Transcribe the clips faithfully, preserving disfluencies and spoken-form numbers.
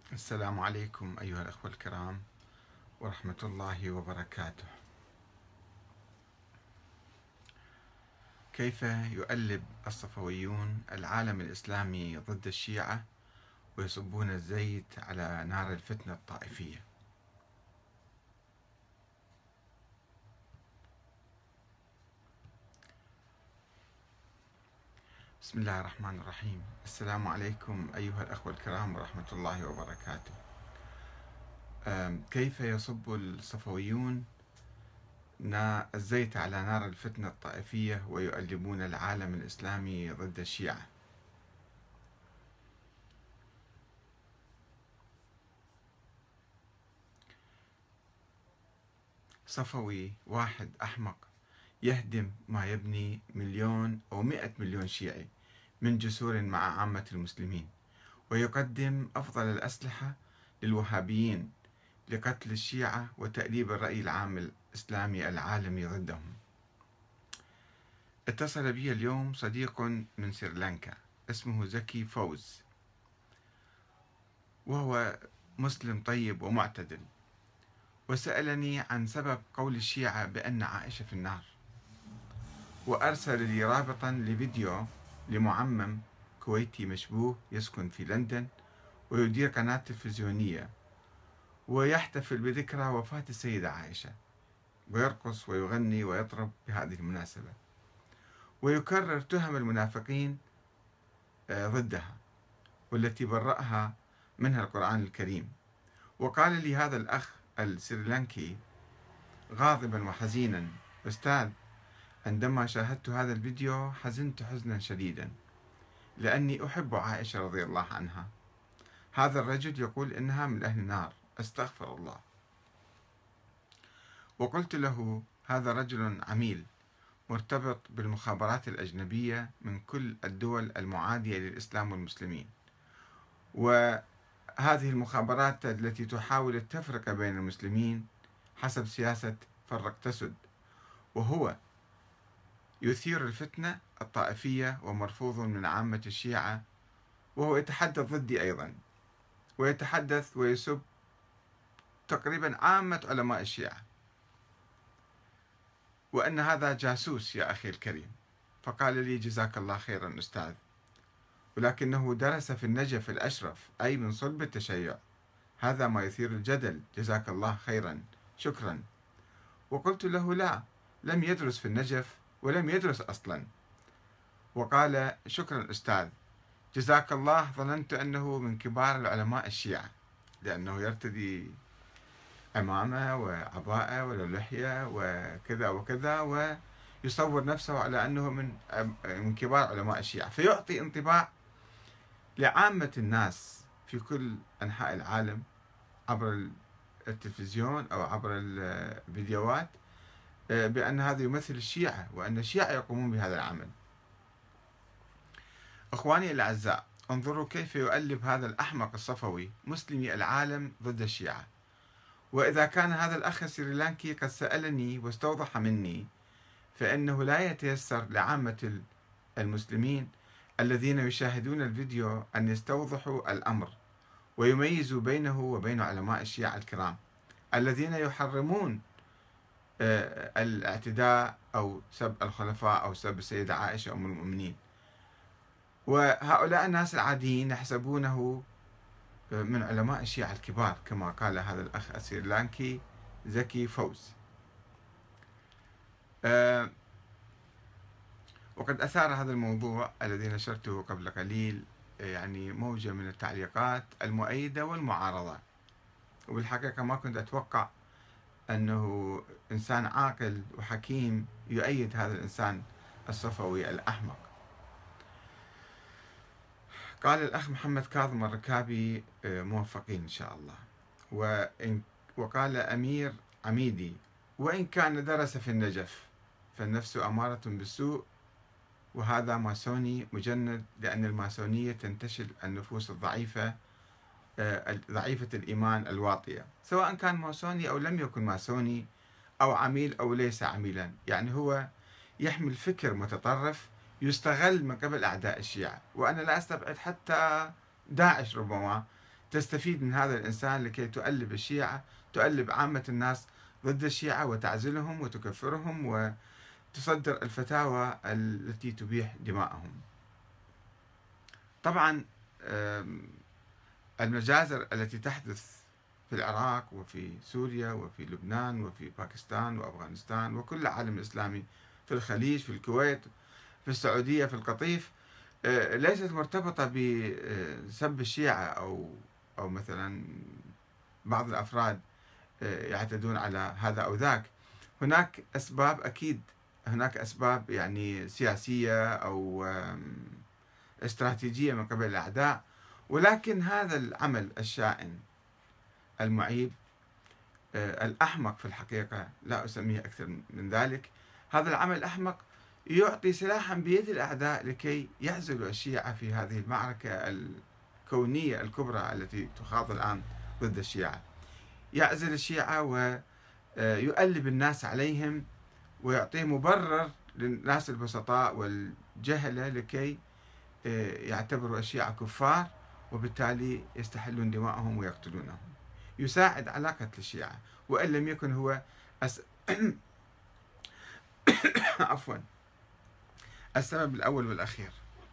السلام عليكم أيها الأخوة الكرام ورحمة الله وبركاته. كيف يؤلب الصفويون العالم الإسلامي ضد الشيعة ويصبون الزيت على نار الفتنة الطائفية؟ بسم الله الرحمن الرحيم. السلام عليكم أيها الأخوة الكرام ورحمة الله وبركاته. كيف يصب الصفويون الزيت على نار الفتنة الطائفية ويؤلبون العالم الإسلامي ضد الشيعة؟ صفوي واحد أحمق يهدم ما يبني مليون أو مئة مليون شيعي من جسور مع عامة المسلمين، ويقدم أفضل الأسلحة للوهابيين لقتل الشيعة وتأليب الرأي العام الإسلامي العالمي ضدهم. اتصل بي اليوم صديق من سريلانكا اسمه زكي فوز، وهو مسلم طيب ومعتدل، وسألني عن سبب قول الشيعة بأن عائشة في النار، وأرسل لي رابطا لفيديو لمعمم كويتي مشبوه يسكن في لندن ويدير قناة تلفزيونية ويحتفل بذكرى وفاة السيدة عائشة، ويرقص ويغني ويطرب بهذه المناسبة، ويكرر تهم المنافقين ضدها والتي برأها منها القرآن الكريم. وقال لي هذا الأخ السريلانكي غاضبا وحزينا: أستاذ، عندما شاهدت هذا الفيديو حزنت حزنا شديدا لأني أحب عائشة رضي الله عنها. هذا الرجل يقول إنها من أهل النار، أستغفر الله. وقلت له: هذا رجل عميل مرتبط بالمخابرات الأجنبية من كل الدول المعادية للإسلام والمسلمين، وهذه المخابرات التي تحاول التفرقة بين المسلمين حسب سياسة فرق تسد، وهو يثير الفتنة الطائفية ومرفوض من عامة الشيعة، وهو يتحدث ضدي أيضا، ويتحدث ويسب تقريبا عامة علماء الشيعة، وأن هذا جاسوس يا أخي الكريم. فقال لي: جزاك الله خيرا أستاذ، ولكنه درس في النجف الأشرف أي من صلب التشيع، هذا ما يثير الجدل، جزاك الله خيرا، شكرا. وقلت له: لا، لم يدرس في النجف ولم يدرس أصلا. وقال: شكرا أستاذ، جزاك الله، ظننت أنه من كبار العلماء الشيعة لأنه يرتدي عمامة وعباءة ولا لحية وكذا وكذا، ويصور نفسه على أنه من من كبار علماء الشيعة، فيعطي انطباع لعامة الناس في كل أنحاء العالم عبر التلفزيون أو عبر الفيديوهات بأن هذا يمثل الشيعة وأن الشيعة يقومون بهذا العمل. أخواني الأعزاء، انظروا كيف يؤلب هذا الأحمق الصفوي مسلمي العالم ضد الشيعة. وإذا كان هذا الأخ السريلانكي قد سألني واستوضح مني، فإنه لا يتيسر لعامة المسلمين الذين يشاهدون الفيديو أن يستوضحوا الأمر ويميزوا بينه وبين علماء الشيعة الكرام الذين يحرمون الاعتداء أو سب الخلفاء أو سب السيدة عائشة أم المؤمنين. وهؤلاء الناس العاديين يحسبونه من علماء الشيعة الكبار كما قال هذا الأخ السريلانكي زكي فوز. أه وقد أثار هذا الموضوع الذي نشرته قبل قليل يعني موجة من التعليقات المؤيدة والمعارضة، وبالحقيقة ما كنت أتوقع أنه إنسان عاقل وحكيم يؤيد هذا الإنسان الصفوي الأحمق. قال الأخ محمد كاظم الركابي: موفقين إن شاء الله. وإن وقال أمير عميدي: وإن كان درس في النجف فالنفس أمارة بالسوء، وهذا ماسوني مجند، لأن الماسونية تنتشل النفوس الضعيفة ضعيفة الإيمان الواطية، سواء كان ماسوني أو لم يكن ماسوني أو عميل أو ليس عميلا، يعني هو يحمل فكر متطرف يستغل من قبل أعداء الشيعة. وأنا لا أستبعد حتى داعش ربما تستفيد من هذا الإنسان لكي تؤلب الشيعة، تؤلب عامة الناس ضد الشيعة وتعزلهم وتكفرهم وتصدر الفتاوى التي تبيح دماءهم. طبعا المجازر التي تحدث في العراق وفي سوريا وفي لبنان وفي باكستان وأفغانستان وكل العالم الإسلامي، في الخليج، في الكويت، في السعودية، في القطيف، ليست مرتبطة بسب الشيعة أو أو مثلا بعض الأفراد يعتدون على هذا أو ذاك. هناك أسباب، أكيد هناك أسباب يعني سياسية أو استراتيجية من قبل الأعداء، ولكن هذا العمل الشائن المعيب الأحمق في الحقيقة، لا أسميه أكثر من ذلك، هذا العمل الأحمق يعطي سلاحا بيد الأعداء لكي يعزلوا الشيعة في هذه المعركة الكونية الكبرى التي تخاض الآن ضد الشيعة. يعزل الشيعة ويؤلب الناس عليهم ويعطي مبرر للناس البسطاء والجهلة لكي يعتبروا الشيعة كفار، وبالتالي يستحلون دماءهم ويقتلونهم. يساعد على قتل الشيعة، وإن لم يكن هو أس... عفوا السبب الأول والأخير.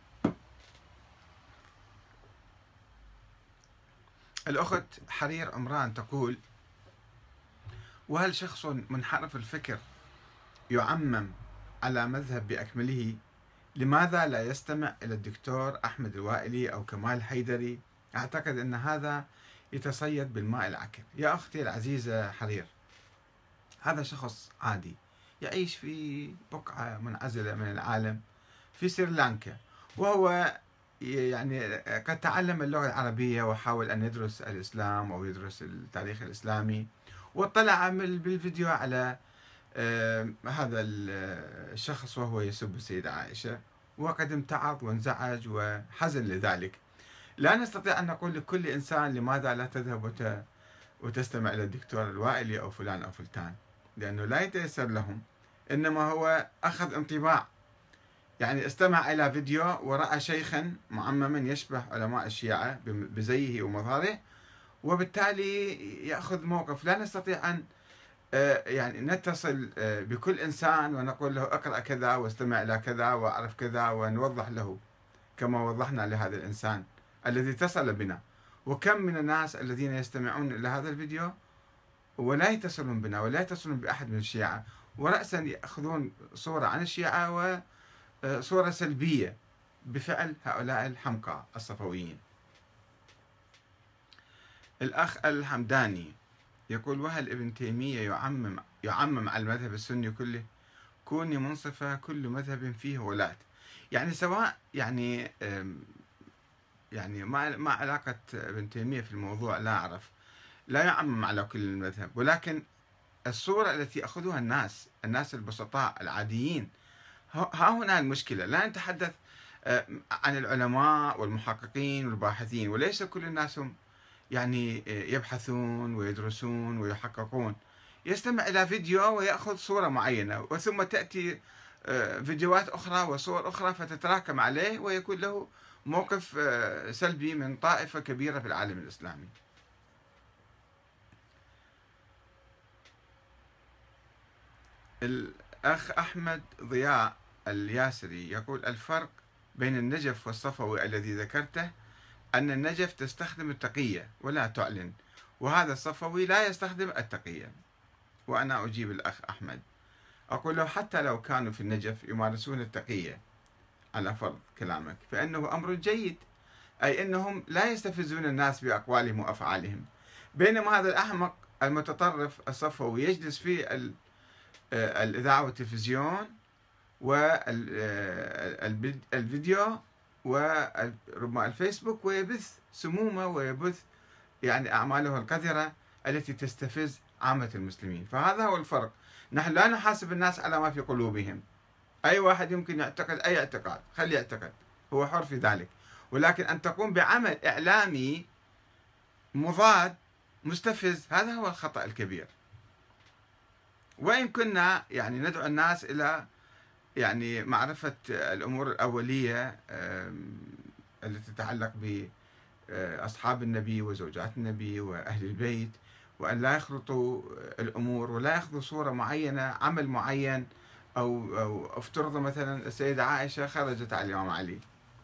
الأخت حرير عمران تقول: وهل شخص منحرف الفكر يعمم على مذهب بأكمله، لماذا لا يستمع إلى الدكتور أحمد الوائلي أو كمال حيدري؟ أعتقد أن هذا يتصيد بالماء العكر. يا أختي العزيزة حرير، هذا شخص عادي يعيش في بقعة منعزلة من العالم في سريلانكا، وهو يعني قد تعلم اللغة العربية وحاول أن يدرس الإسلام أو يدرس التاريخ الإسلامي، واطلع بالفيديو على هذا الشخص وهو يسب السيدة عائشة، وقد امتعض وانزعج وحزن لذلك. لا نستطيع أن نقول لكل إنسان لماذا لا تذهب وتستمع إلى الدكتور الوائلي أو فلان أو فلتان، لأنه لا يتيسر لهم، إنما هو أخذ انطباع، يعني استمع إلى فيديو ورأى شيخا معمما يشبه علماء الشيعة بزيه ومظهره، وبالتالي يأخذ موقف. لا نستطيع أن يعني نتصل بكل إنسان ونقول له اقرأ كذا واستمع إلى كذا وأعرف كذا، ونوضح له كما وضحنا لهذا الإنسان الذي اتصل بنا. وكم من الناس الذين يستمعون إلى هذا الفيديو ولا يتصلون بنا ولا يتصلون بأحد من الشيعة، ورأسا يأخذون صورة عن الشيعة وصورة سلبية بفعل هؤلاء الحمقى الصفويين. الأخ الحمداني يقول: وهل ابن تيمية يعمم يعمم على المذهب السني كله؟ كوني منصفة، كل مذهب فيه ولاة. يعني سواء يعني يعني ما ما علاقة ابن تيمية في الموضوع لا أعرف، لا يعمم على كل المذهب، ولكن الصورة التي يأخذها الناس الناس البسطاء العاديين، ها هنا المشكلة. لا نتحدث عن العلماء والمحققين والباحثين، وليس كل الناس هم يعني يبحثون ويدرسون ويحققون. يستمع إلى فيديو ويأخذ صورة معينة، وثم تأتي فيديوهات أخرى وصور أخرى فتتراكم عليه ويكون له موقف سلبي من طائفة كبيرة في العالم الإسلامي. الأخ أحمد ضياء الياسري يقول: الفرق بين النجف والصفوي الذي ذكرته أن النجف تستخدم التقية ولا تعلن، وهذا الصفوي لا يستخدم التقية. وأنا أجيب الأخ أحمد أقول له: حتى لو كانوا في النجف يمارسون التقية على فرض كلامك، فإنه أمر جيد، أي أنهم لا يستفزون الناس بأقوالهم وأفعالهم، بينما هذا الأحمق المتطرف الصفوي يجلس في الإذاعة والتلفزيون والفيديو وربما الفيسبوك ويبث سمومه ويبث يعني أعماله القذرة التي تستفز عامة المسلمين. فهذا هو الفرق. نحن لا نحاسب الناس على ما في قلوبهم. أي واحد يمكن يعتقد أي اعتقاد، خلي يعتقد، هو حر في ذلك، ولكن أن تقوم بعمل إعلامي مضاد مستفز، هذا هو الخطأ الكبير. وإن كنا يعني ندعو الناس إلى يعني معرفة الأمور الأولية التي تتعلق أصحاب النبي وزوجات النبي وأهل البيت، وأن لا يخلطوا الأمور ولا يأخذوا صورة معينة، عمل معين، أو أو افترض مثلا السيدة عائشة خرجت على الإمام علي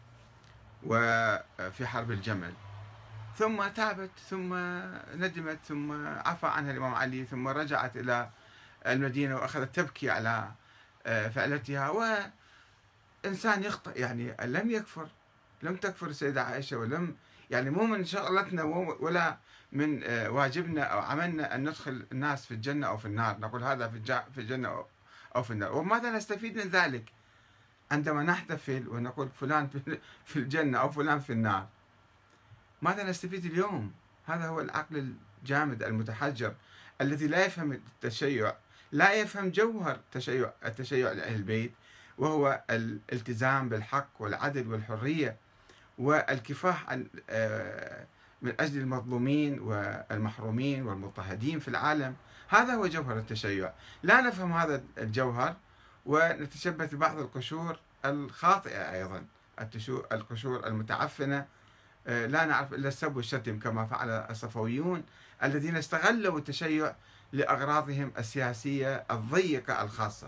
وفي حرب الجمل، ثم تابت، ثم ندمت، ثم عفى عنها الإمام علي، ثم رجعت إلى المدينة وأخذت تبكي على فعلتها. وإنسان يخطئ، يعني لم يكفر، لم تكفر السيدة عائشة، ولم يعني مو من شغلتنا ولا من واجبنا أو عملنا أن ندخل الناس في الجنة أو في النار، نقول هذا في الجنة أو في النار. وماذا نستفيد من ذلك عندما نحتفل ونقول فلان في الجنة أو فلان في النار؟ ماذا نستفيد اليوم؟ هذا هو العقل الجامد المتحجر الذي لا يفهم التشيع، لا يفهم جوهر التشيع التشيع لأهل البيت، وهو الالتزام بالحق والعدل والحرية والكفاح من أجل المظلومين والمحرومين والمضطهدين في العالم. هذا هو جوهر التشيع. لا نفهم هذا الجوهر ونتشبث ببعض القشور الخاطئة أيضا، القشور المتعفنة، لا نعرف إلا السب والشتم كما فعل الصفويون الذين استغلوا التشيع لأغراضهم السياسية الضيقة الخاصة.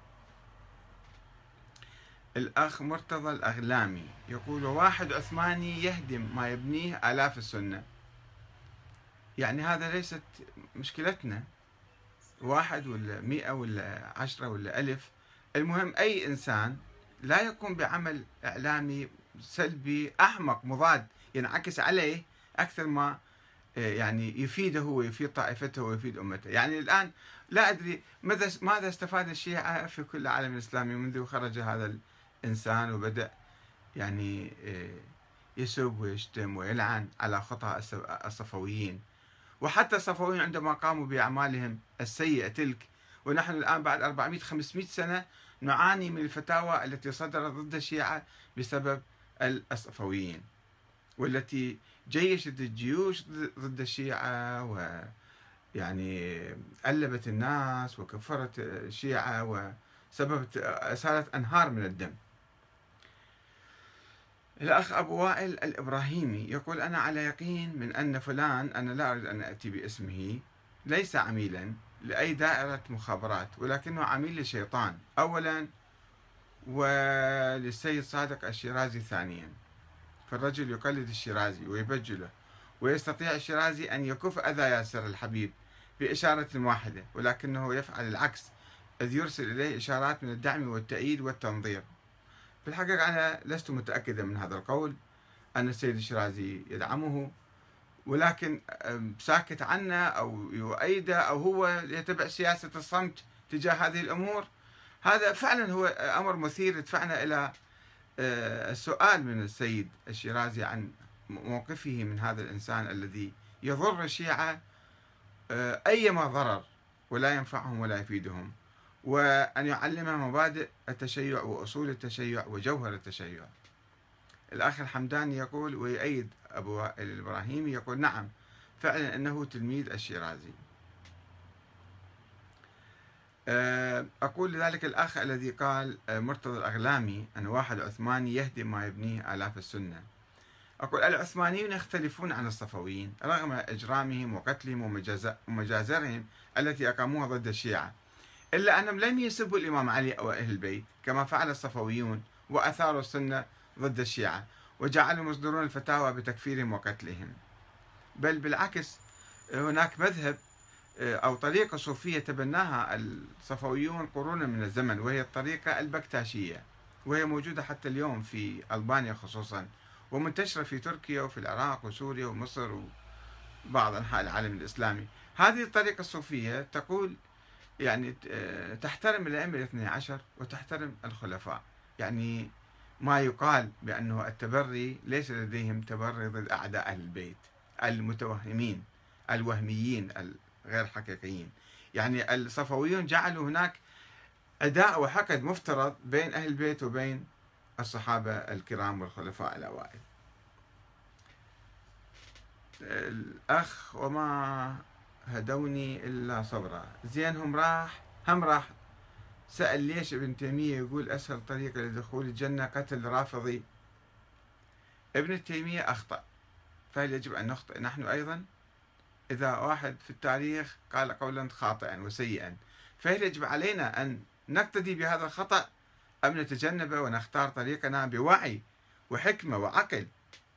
الأخ مرتضى الأغلامي يقول: واحد عثماني يهدم ما يبنيه آلاف السنة. يعني هذا ليست مشكلتنا، واحد ولا مئة ولا عشرة ولا ألف، المهم أي إنسان لا يقوم بعمل إعلامي سلبي أحمق مضاد ينعكس عليه أكثر ما يعني يفيده ويفيد طائفته ويفيد أمته. يعني الآن لا أدري ماذا ماذا استفاد الشيعة في كل العالم الإسلامي منذ خرج هذا الإنسان وبدأ يعني يسب ويشتم ويلعن على خطأ الصفويين. وحتى الصفويين عندما قاموا بأعمالهم السيئة تلك، ونحن الآن بعد أربعمئة خمسمئة سنة نعاني من الفتاوى التي صدرت ضد الشيعة بسبب الصفويين، والتي جيشت الجيوش ضد الشيعة ويعني ألبت الناس وكفرت الشيعة وسببت أسالت أنهار من الدم. الأخ أبو وائل الإبراهيمي يقول: أنا على يقين من أن فلان، أنا لا أريد أن أتي باسمه، ليس عميلا لأي دائرة مخابرات، ولكنه عميل للشيطان أولا وللسيد صادق الشيرازي ثانيا. فالرجل يقلد الشيرازي ويبجله، ويستطيع الشيرازي أن يكف أذى ياسر الحبيب بإشارة واحدة، ولكنه يفعل العكس، إذ يرسل إليه إشارات من الدعم والتأييد والتنظير. في الحقيقة أنا لست متأكدا من هذا القول أن السيد الشيرازي يدعمه، ولكن ساكت عنه أو يؤيده أو هو يتبع سياسة الصمت تجاه هذه الأمور. هذا فعلا هو أمر مثير يدفعنا إلى السؤال من السيد الشيرازي عن موقفه من هذا الإنسان الذي يضر الشيعة أيما ضرر ولا ينفعهم ولا يفيدهم، وأن يعلمهم مبادئ التشيع وأصول التشيع وجوهر التشيع. الأخ الحمداني يقول ويؤيد أبو وائل الإبراهيمي، يقول: نعم فعلا أنه تلميذ الشيرازي. أقول لذلك الأخ الذي قال مرتضى الأغلامي أن واحد عثماني يهدم ما يبنيه آلاف السنة، أقول: العثمانيون يختلفون عن الصفويين رغم إجرامهم وقتلهم ومجازرهم التي أقاموها ضد الشيعة، إلا أنهم لم يسبوا الإمام علي أو أهل البيت كما فعل الصفويون وأثاروا السنة ضد الشيعة وجعلهم يصدرون الفتاوى بتكفيرهم وقتلهم. بل بالعكس، هناك مذهب أو طريقة صوفية تبناها الصفويون قرونا من الزمن، وهي الطريقة البكتاشية، وهي موجودة حتى اليوم في ألبانيا خصوصا، ومنتشرة في تركيا وفي العراق وسوريا ومصر وبعض أنحاء العالم الإسلامي. هذه الطريقة الصوفية تقول يعني تحترم الأئمة الاثني عشر وتحترم الخلفاء، يعني ما يقال بأنه التبري ليس لديهم تبري ضد أعداء أهل البيت المتوهمين الوهميين الغير حقيقيين. يعني الصفويون جعلوا هناك عداء وحقد مفترض بين أهل البيت وبين الصحابة الكرام والخلفاء الأوائل. الأخ: وما هدوني إلا صبرا. زين هم راح هم راح سأل ليش ابن تيمية يقول أسهل طريقة لدخول الجنة قتل رافضي. ابن تيمية أخطأ فهل يجب أن نخطئ نحن أيضا؟ إذا واحد في التاريخ قال قولا خاطئا وسيئا، فهل يجب علينا أن نقتدي بهذا الخطأ أم نتجنبه ونختار طريقنا بوعي وحكمة وعقل؟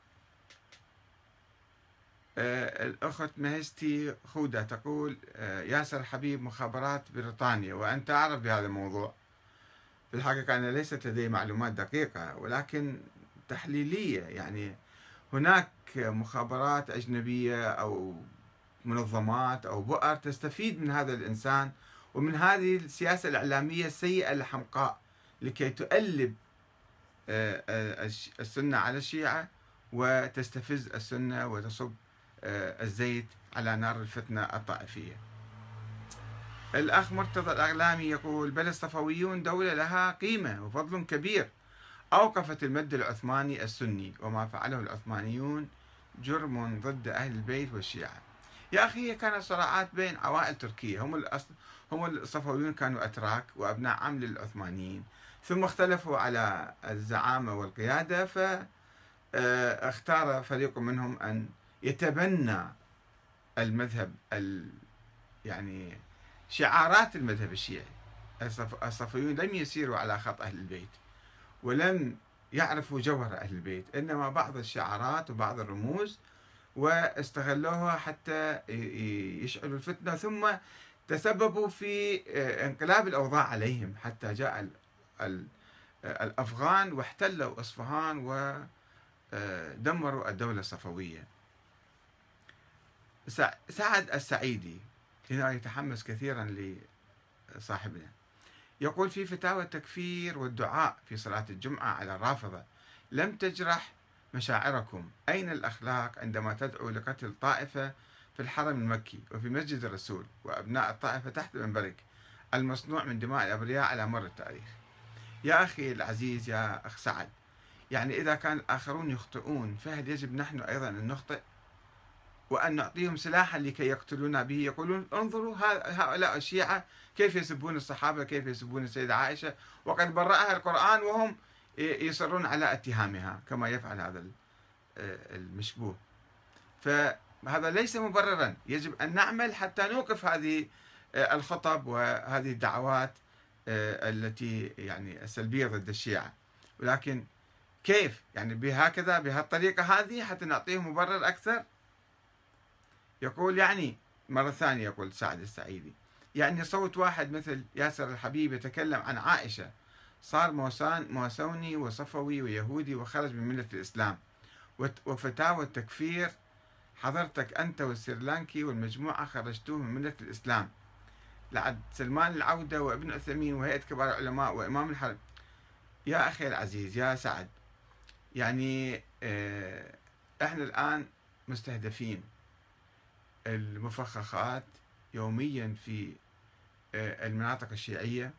آه، الأخت مهستي خودة تقول: آه، ياسر حبيب مخابرات بريطانيا، وأنت أعرف بهذا الموضوع. في الحقيقة أنا ليست لدي معلومات دقيقة ولكن تحليلية، يعني هناك مخابرات أجنبية أو منظمات أو بؤر تستفيد من هذا الإنسان ومن هذه السياسة الإعلامية السيئة الحمقاء لكي تؤلب آه، آه، السنة على الشيعة وتستفز السنة وتصب آه، الزيت على نار الفتنة الطائفية. الأخ مرتضى الأغلامي يقول: بل الصفويون دولة لها قيمة وفضل كبير، أوقفت المد العثماني السني، وما فعله العثمانيون جرم ضد أهل البيت والشيعة. يا أخي، هي كانت صراعات بين عوائل تركية، هم الأصل هم الصفويون كانوا أتراك وأبناء عم للعثمانيين، ثم اختلفوا على الزعامة والقيادة، فاختار فريق منهم أن يتبنى المذهب ال يعني شعارات المذهب الشيعي. الصفويون لم يسيروا على خط أهل البيت ولم يعرفوا جوهر أهل البيت، إنما بعض الشعارات وبعض الرموز، واستغلوها حتى يشعلوا الفتنة، ثم تسببوا في انقلاب الأوضاع عليهم حتى جاء الأفغان واحتلوا أصفهان ودمروا الدولة الصفوية. سعد السعيدي هنا يتحمس كثيرا لصاحبنا، يقول: في فتاوى التكفير والدعاء في صلاة الجمعة على الرافضة لم تجرح مشاعركم، أين الأخلاق عندما تدعو لقتل طائفة في الحرم المكي وفي مسجد الرسول وأبناء الطائفة تحت منبرك المصنوع من دماء الأبرياء على مر التاريخ؟ يا أخي العزيز، يا أخ سعد، يعني إذا كان الآخرون يخطئون فهل يجب نحن أيضا أن نخطئ وأن نعطيهم سلاحا لكي يقتلونا به؟ يقولون: انظروا هؤلاء الشيعة كيف يسبون الصحابة، كيف يسبون السيدة عائشة، وقد برأها القرآن وهم يصرون على اتهامها كما يفعل هذا المشبوه. فهذا ليس مبررا، يجب أن نعمل حتى نوقف هذه الخطب وهذه الدعوات التي يعني السلبية ضد الشيعة، ولكن كيف؟ يعني بهكذا بهالطريقة هذه حتى نعطيهم مبرر أكثر؟ يقول يعني مرة ثانية، يقول سعد السعيدي: يعني صوت واحد مثل ياسر الحبيب يتكلم عن عائشة صار موسان موسوني وصفوي ويهودي وخرج من ملة الإسلام، وفتاوى التكفير حضرتك أنت والسريلانكي والمجموعة خرجتوه من ملة الإسلام، لعد سلمان العودة وابن عثيمين وهيئة كبار العلماء وإمام الحرم. يا أخي العزيز يا سعد، يعني احنا الآن مستهدفين، المفخخات يوميا في المناطق الشيعية،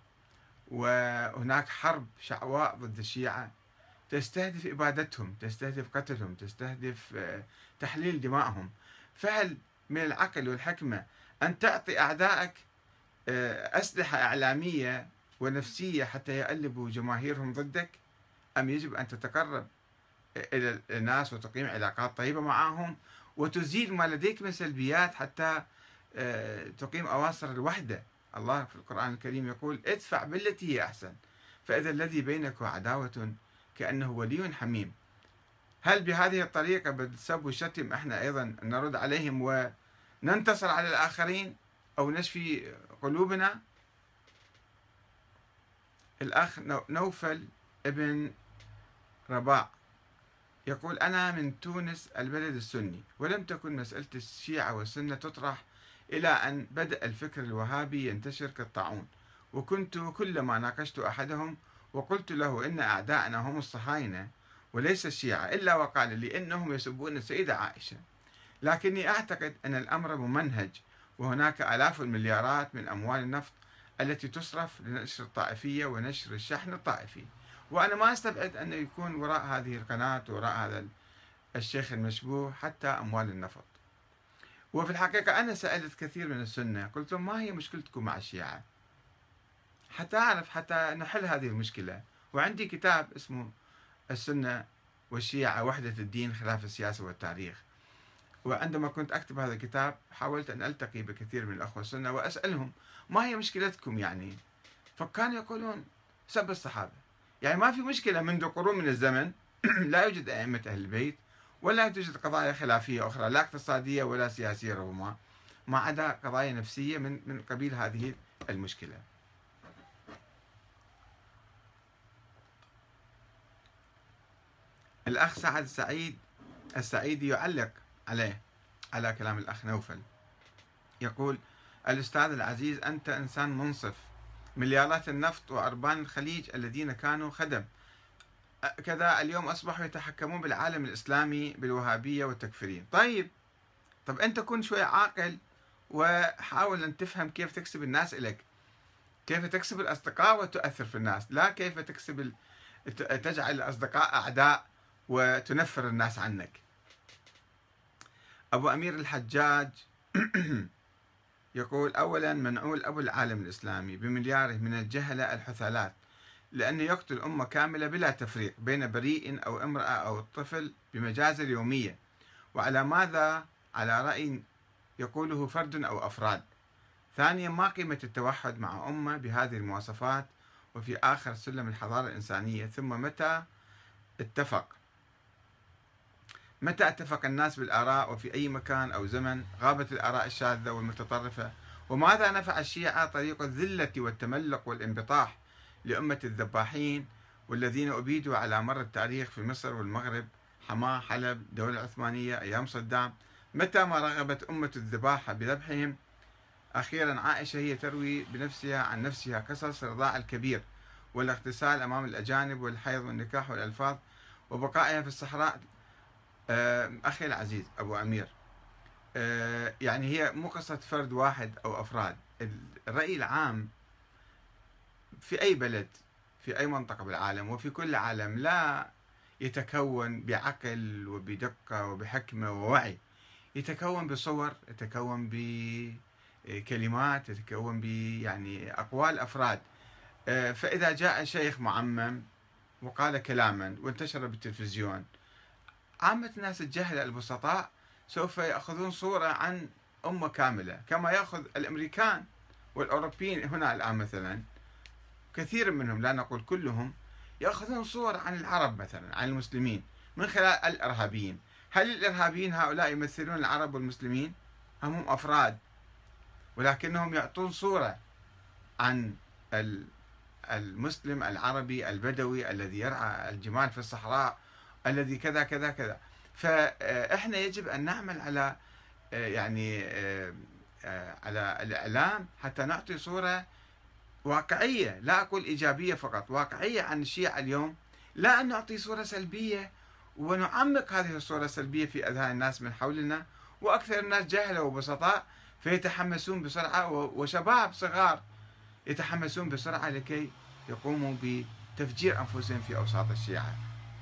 وهناك حرب شعواء ضد الشيعة تستهدف إبادتهم، تستهدف قتلهم، تستهدف تحليل دمائهم. فهل من العقل والحكمة أن تعطي أعدائك أسلحة إعلامية ونفسية حتى يألبوا جماهيرهم ضدك، أم يجب أن تتقرب إلى الناس وتقيم علاقات طيبة معهم وتزيل ما لديك من سلبيات حتى تقيم أواصر الوحدة؟ الله في القرآن الكريم يقول: ادفع بالتي هي أحسن فإذا الذي بينك عداوة كأنه ولي حميم. هل بهذه الطريقة بالسب والشتم احنا أيضا نرد عليهم وننتصر على الآخرين أو نشفي قلوبنا؟ الأخ نوفل ابن رباع يقول: أنا من تونس البلد السني، ولم تكن مسألة الشيعة والسنة تطرح إلى أن بدأ الفكر الوهابي ينتشر كالطاعون، وكنت كلما ناقشت أحدهم وقلت له إن أعداءنا هم الصهاينة وليس الشيعة إلا وقال لي إنهم يسبون السيدة عائشة. لكني أعتقد أن الأمر ممنهج، وهناك آلاف المليارات من أموال النفط التي تصرف لنشر الطائفية ونشر الشحن الطائفي، وأنا ما أستبعد أن يكون وراء هذه القناة وراء هذا الشيخ المشبوه حتى أموال النفط. وفي الحقيقة أنا سألت كثير من السنة، قلت لهم: ما هي مشكلتكم مع الشيعة حتى أعرف، حتى نحل هذه المشكلة. وعندي كتاب اسمه السنة والشيعة وحدة الدين خلاف السياسة والتاريخ، وعندما كنت أكتب هذا الكتاب حاولت أن ألتقي بكثير من الأخوة السنة وأسألهم ما هي مشكلتكم يعني، فكانوا يقولون سب الصحابة. يعني ما في مشكلة منذ قرون من الزمن لا يوجد أئمة أهل البيت ولا توجد قضايا خلافية أخرى لا اقتصادية ولا سياسية ربما، ما عدا قضايا نفسية من من قبيل هذه المشكلة. الأخ سعد سعيد السعيدي يعلق عليه على كلام الأخ نوفل، يقول: الأستاذ العزيز، أنت إنسان منصف. مليارات النفط وأربان الخليج الذين كانوا خدم كذا اليوم أصبحوا يتحكمون بالعالم الإسلامي بالوهابية والتكفيريين. طيب، طب أنت كن شوي عاقل وحاول أن تفهم كيف تكسب الناس إليك، كيف تكسب الأصدقاء وتؤثر في الناس، لا كيف تكسب ال... تجعل الأصدقاء أعداء وتنفر الناس عنك. أبو أمير الحجاج يقول: أولا منعول أبو العالم الإسلامي بملياره من الجهلة الحثالات، لأنه يقتل أمة كاملة بلا تفريق بين بريء أو امرأة أو طفل بمجازر يومية. وعلى ماذا؟ على رأي يقوله فرد أو أفراد. ثانيا، ما قيمة التوحد مع أمة بهذه المواصفات وفي آخر سلم الحضارة الإنسانية؟ ثم متى اتفق متى اتفق الناس بالآراء وفي أي مكان أو زمن غابت الآراء الشاذة والمتطرفة؟ وماذا نفع الشيعة طريق الذلة والتملق والانبطاح لأمة الذباحين والذين أبيدوا على مر التاريخ في مصر والمغرب، حماة، حلب، الدولة العثمانية، أيام صدام؟ متى ما رغبت أمة الذباحة بذبحهم؟ أخيرا، عائشة هي تروي بنفسها عن نفسها قصص الرضاع الكبير والاغتسال أمام الأجانب والحيض والنكاح والألفاظ وبقائها في الصحراء. أخي العزيز أبو أمير، يعني هي مو قصة فرد واحد أو أفراد. الرأي العام في أي بلد في أي منطقة بالعالم وفي كل العالم لا يتكون بعقل وبدقة وبحكمة ووعي، يتكون بصور، يتكون بكلمات، يتكون ب يعني أقوال أفراد. فإذا جاء شيخ معمم وقال كلاما وانتشر بالتلفزيون، عامة الناس الجهلة البسطاء سوف يأخذون صورة عن أمة كاملة، كما يأخذ الأمريكان والأوروبيين هنا الآن مثلا، كثير منهم لا نقول كلهم، يأخذون صور عن العرب مثلا، عن المسلمين من خلال الإرهابيين. هل الإرهابيين هؤلاء يمثلون العرب والمسلمين؟ هم أفراد، ولكنهم يعطون صورة عن المسلم العربي البدوي الذي يرعى الجمال في الصحراء، الذي كذا كذا كذا. فإحنا يجب أن نعمل على يعني على الإعلام حتى نعطي صورة واقعية، لا أقول إيجابية فقط، واقعية عن الشيعة اليوم، لا أن نعطي صورة سلبية ونعمق هذه الصورة السلبية في أذهان الناس من حولنا، وأكثر الناس جهلة وبسطاء فيتحمسون بسرعة، وشباب صغار يتحمسون بسرعة لكي يقوموا بتفجير أنفسهم في أوساط الشيعة.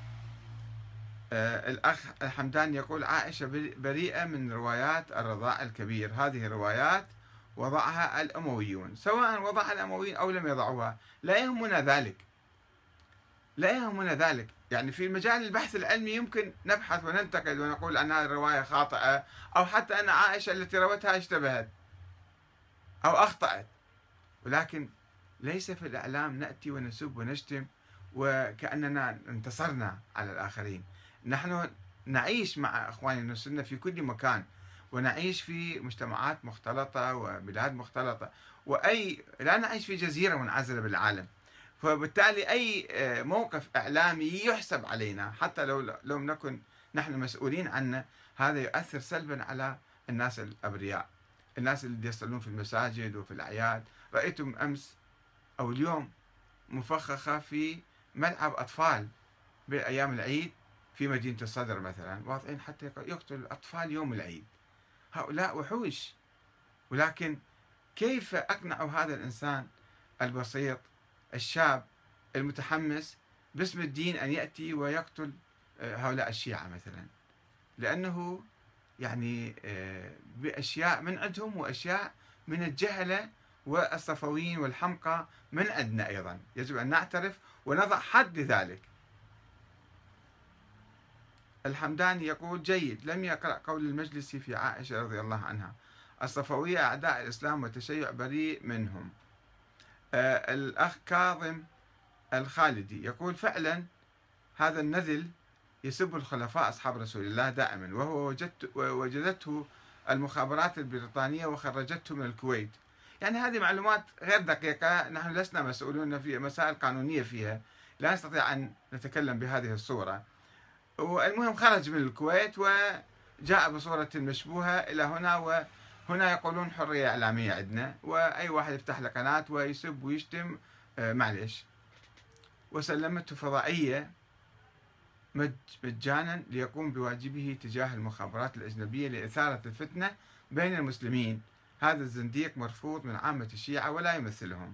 آه الأخ الحمدان يقول: عائشة بريئة من روايات الرضاع الكبير. هذه روايات وضعها الأمويون، سواء وضعها الأمويين أو لم يضعوها، لا يهمنا ذلك، لا يهمنا ذلك. يعني في مجال البحث العلمي يمكن نبحث وننتقد ونقول أن هذه الرواية خاطئة، أو حتى أن عائشة التي روتها اشتبهت أو أخطأت، ولكن ليس في الإعلام نأتي ونسب ونشتم وكأننا انتصرنا على الآخرين. نحن نعيش مع أخواننا السنة في كل مكان، ونعيش في مجتمعات مختلطة وبلاد مختلطة، وأي لا نعيش في جزيرة منعزلة بالعالم. فبالتالي أي موقف إعلامي يحسب علينا حتى لو لم نكن نحن مسؤولين عنه، هذا يؤثر سلبا على الناس الأبرياء، الناس اللي يصلون في المساجد وفي الأعياد. رأيتم أمس أو اليوم مفخخة في ملعب أطفال بأيام العيد في مدينة الصدر مثلا، واضعين حتى يقتل الأطفال يوم العيد. هؤلاء وحوش، ولكن كيف أقنع هذا الإنسان البسيط الشاب المتحمس باسم الدين أن يأتي ويقتل هؤلاء الشيعة مثلا؟ لأنه يعني بأشياء من عندهم وأشياء من الجهلة والصفويين والحمقى من عندنا أيضا، يجب أن نعترف ونضع حد لذلك. الحمداني يقول: جيد، لم يقرأ قول المجلسي في عائشة رضي الله عنها: الصفوية أعداء الإسلام والتشيع بريء منهم. آه الأخ كاظم الخالدي يقول: فعلا هذا النذل يسب الخلفاء أصحاب رسول الله دائما، وهو وجدت وجدته المخابرات البريطانية وخرجته من الكويت. يعني هذه معلومات غير دقيقة، نحن لسنا مسؤولون في مسائل قانونية فيها، لا نستطيع أن نتكلم بهذه الصورة. والمهم خرج من الكويت وجاء بصورة مشبوهة إلى هنا، وهنا يقولون حرية إعلامية عندنا، وأي واحد يفتح له قناة ويسب ويشتم آه معليش. وسلمته فضائية مجانا ليقوم بواجبه تجاه المخابرات الأجنبية لإثارة الفتنة بين المسلمين. هذا الزنديق مرفوض من عامة الشيعة ولا يمثلهم.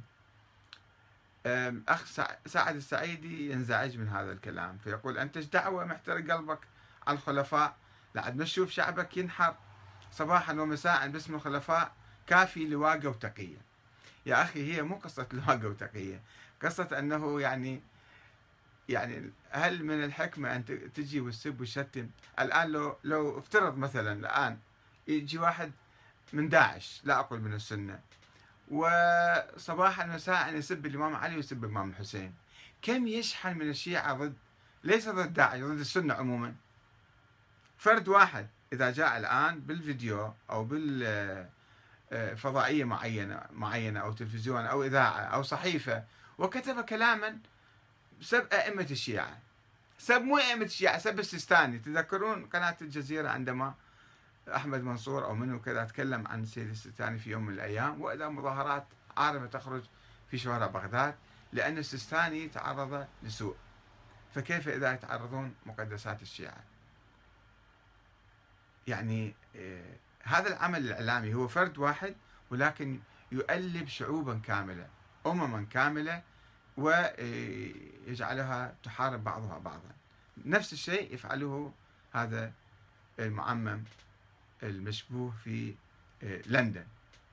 أخ سعد السعيدي ينزعج من هذا الكلام، فيقول: أنت ايش دعوة محترق قلبك على الخلفاء؟ لعد ما تشوف شعبك ينحر صباحا ومساء باسم الخلفاء، كافي لواقة وتقية. يا أخي، هي مو قصة لواقة وتقية، قصة أنه يعني يعني هل من الحكمة أن تجي وتسب وتشتم؟ الآن لو لو افترض مثلا الآن يجي واحد من داعش، لا أقول من السنة، وصباحا مساء يسب الإمام علي ويسب الإمام الحسين، كم يشحن من الشيعة ضد، ليس ضد داعش، ضد السنة عموما. فرد واحد إذا جاء الآن بالفيديو أو بالفضائية معينة معينة أو تلفزيون أو إذاعة أو صحيفة وكتب كلاما سب أئمة الشيعة، سب مو أئمة الشيعة، سب السيستاني. تذكرون قناة الجزيرة عندما أحمد منصور أو منو كذا تكلم عن السيد السيستاني في يوم من الأيام، وإذا مظاهرات عارمة تخرج في شوارع بغداد لأن السيستاني تعرض لسوء، فكيف إذا يتعرضون مقدسات الشيعة؟ يعني آه هذا العمل الإعلامي هو فرد واحد، ولكن يؤلب شعوبا كاملة، أمما كاملة، ويجعلها تحارب بعضها بعضا. نفس الشيء يفعله هذا المعمم المشبوه في لندن.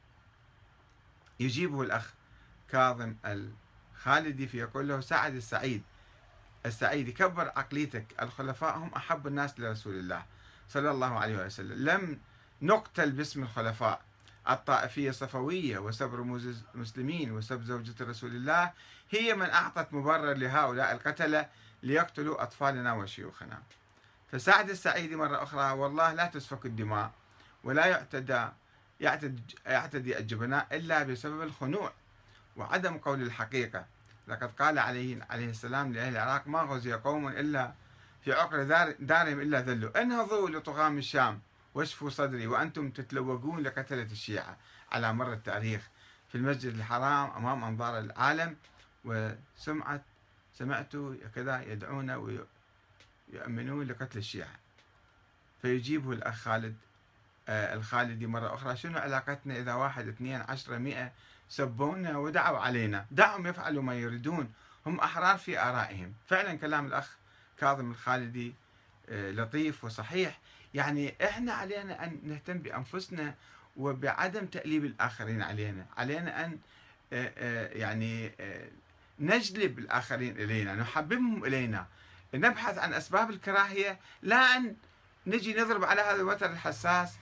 يجيبه الأخ كاظم الخالدي فيقول له: سعد السعيد السعيدي، كبر عقليتك، الخلفاء هم أحب الناس لرسول الله صلى الله عليه وسلم، لم نقتل باسم الخلفاء. الطائفية صفوية وسب رموز المسلمين وسب زوجة رسول الله هي من أعطت مبرر لهؤلاء القتلة ليقتلوا أطفالنا وشيوخنا. فسعد السعيدي مرة أخرى: والله لا تسفك الدماء ولا يعتدى يعتدي الجبناء إلا بسبب الخنوع وعدم قول الحقيقة. لقد قال عليه عليه السلام لأهل العراق: ما غزي قوم إلا في عقر دارهم إلا ذلوا، انهضوا لطغام الشام واشفوا صدري وأنتم تتلوقون لقتلة الشيعة على مر التاريخ في المسجد الحرام أمام أنظار العالم، وسمعت سمعت كذا يدعون ويؤمنون لقتل الشيعة. فيجيبه الأخ خالد آه الخالدي مرة أخرى: شنو علاقتنا إذا واحد اثنين عشرة مئة سبونا ودعوا علينا؟ دعهم يفعلوا ما يريدون، هم أحرار في آرائهم. فعلا كلام الأخ كاظم الخالدي آه لطيف وصحيح. يعني إحنا علينا أن نهتم بأنفسنا وبعدم تأليب الآخرين علينا، علينا أن آه آه يعني آه نجلب الآخرين إلينا، نحببهم إلينا، نبحث عن أسباب الكراهية، لا أن نجي نضرب على هذا الوتر الحساس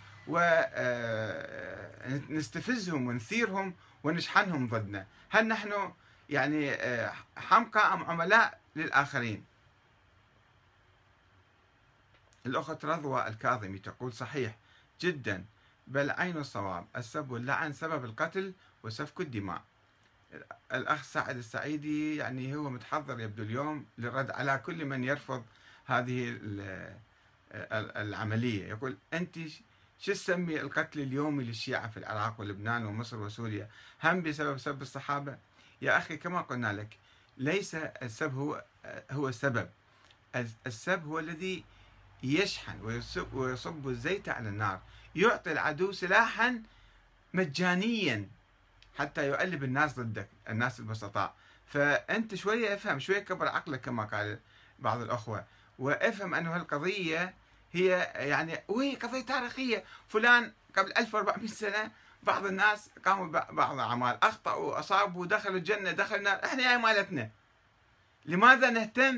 ونستفزهم ونثيرهم ونشحنهم ضدنا. هل نحن يعني حمقى أم عملاء للآخرين؟ الأخت رضوى الكاظمي تقول: صحيح جدا، بل عين الصواب، السب واللعن سبب القتل وسفك الدماء. الأخ سعد السعيدي يعني هو متحضر يبدو اليوم للرد على كل من يرفض هذه العملية. يقول: أنت شو تسمي القتل اليومي للشيعة في العراق ولبنان ومصر وسوريا هم بسبب سب الصحابة؟ يا أخي، كما قلنا لك، ليس السب هو هو السبب، السب هو الذي يشحن ويصب, ويصب الزيت على النار، يعطي العدو سلاحا مجانيا حتى يؤلب الناس ضدك، الناس البسطاء. فأنت شوية افهم، شوية كبر عقلك كما قال بعض الأخوة، وافهم أنه هالقضية هي يعني وهي قضية تاريخية. فلان قبل ألف وأربعمئة سنة بعض الناس قاموا ببعض الأعمال، أخطأوا، أصابوا، دخلوا الجنة، دخلوا النار. إحنا هاي مالتنا. لماذا نهتم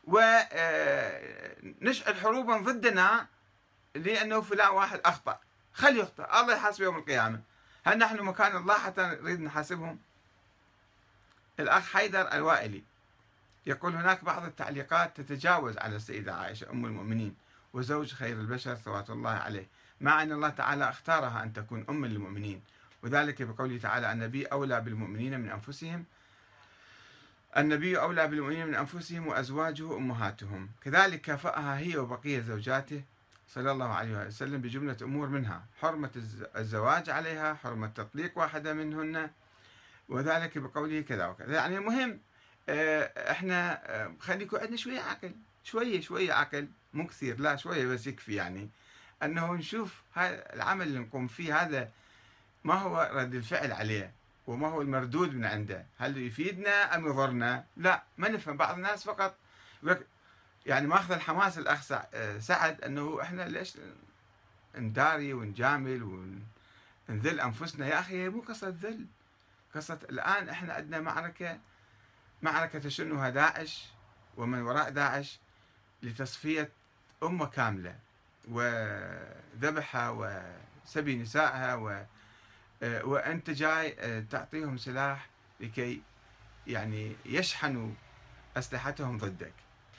ونشعل حروبا ضدنا لأنه فلان واحد أخطأ. خلي يخطأ، الله يحاسبه يوم القيامة. هل نحن مكان الله حتى نريد نحاسبهم؟ الأخ حيدر الوائلي يقول: هناك بعض التعليقات تتجاوز على السيدة عائشة أم المؤمنين وزوج خير البشر صلوات الله عليه، مع أن الله تعالى اختارها أن تكون أم للمؤمنين، وذلك بقوله تعالى: النبي أولى بالمؤمنين من أنفسهم النبي أولى بالمؤمنين من أنفسهم وأزواجه أمهاتهم. كذلك كافأها هي وبقية زوجاته صلى الله عليه وسلم بجملة أمور، منها حرمة الزواج عليها، حرمة تطليق واحدة منهن، وذلك بقوله كذا وكذا. يعني المهم احنا خلي يكون عندنا شوية عقل، شوية شوية عقل، مو كثير، لا شوية بس يكفي، يعني أنه نشوف هذا العمل اللي نقوم فيه هذا ما هو رد الفعل عليه وما هو المردود من عنده، هل يفيدنا أم يضرنا؟ لا، ما نفهم. بعض الناس فقط يعني ماخذ الحماس الأخ سعد أنه إحنا ليش نداري ونجامل ونذل أنفسنا. يا أخي مو قصة ذل، قصة الآن إحنا عندنا معركة معركة تشنها داعش ومن وراء داعش لتصفية أمة كاملة وذبحها وسبي نسائها، و وأنت جاي تعطيهم سلاح لكي يعني يشحنوا أسلحتهم ضدك.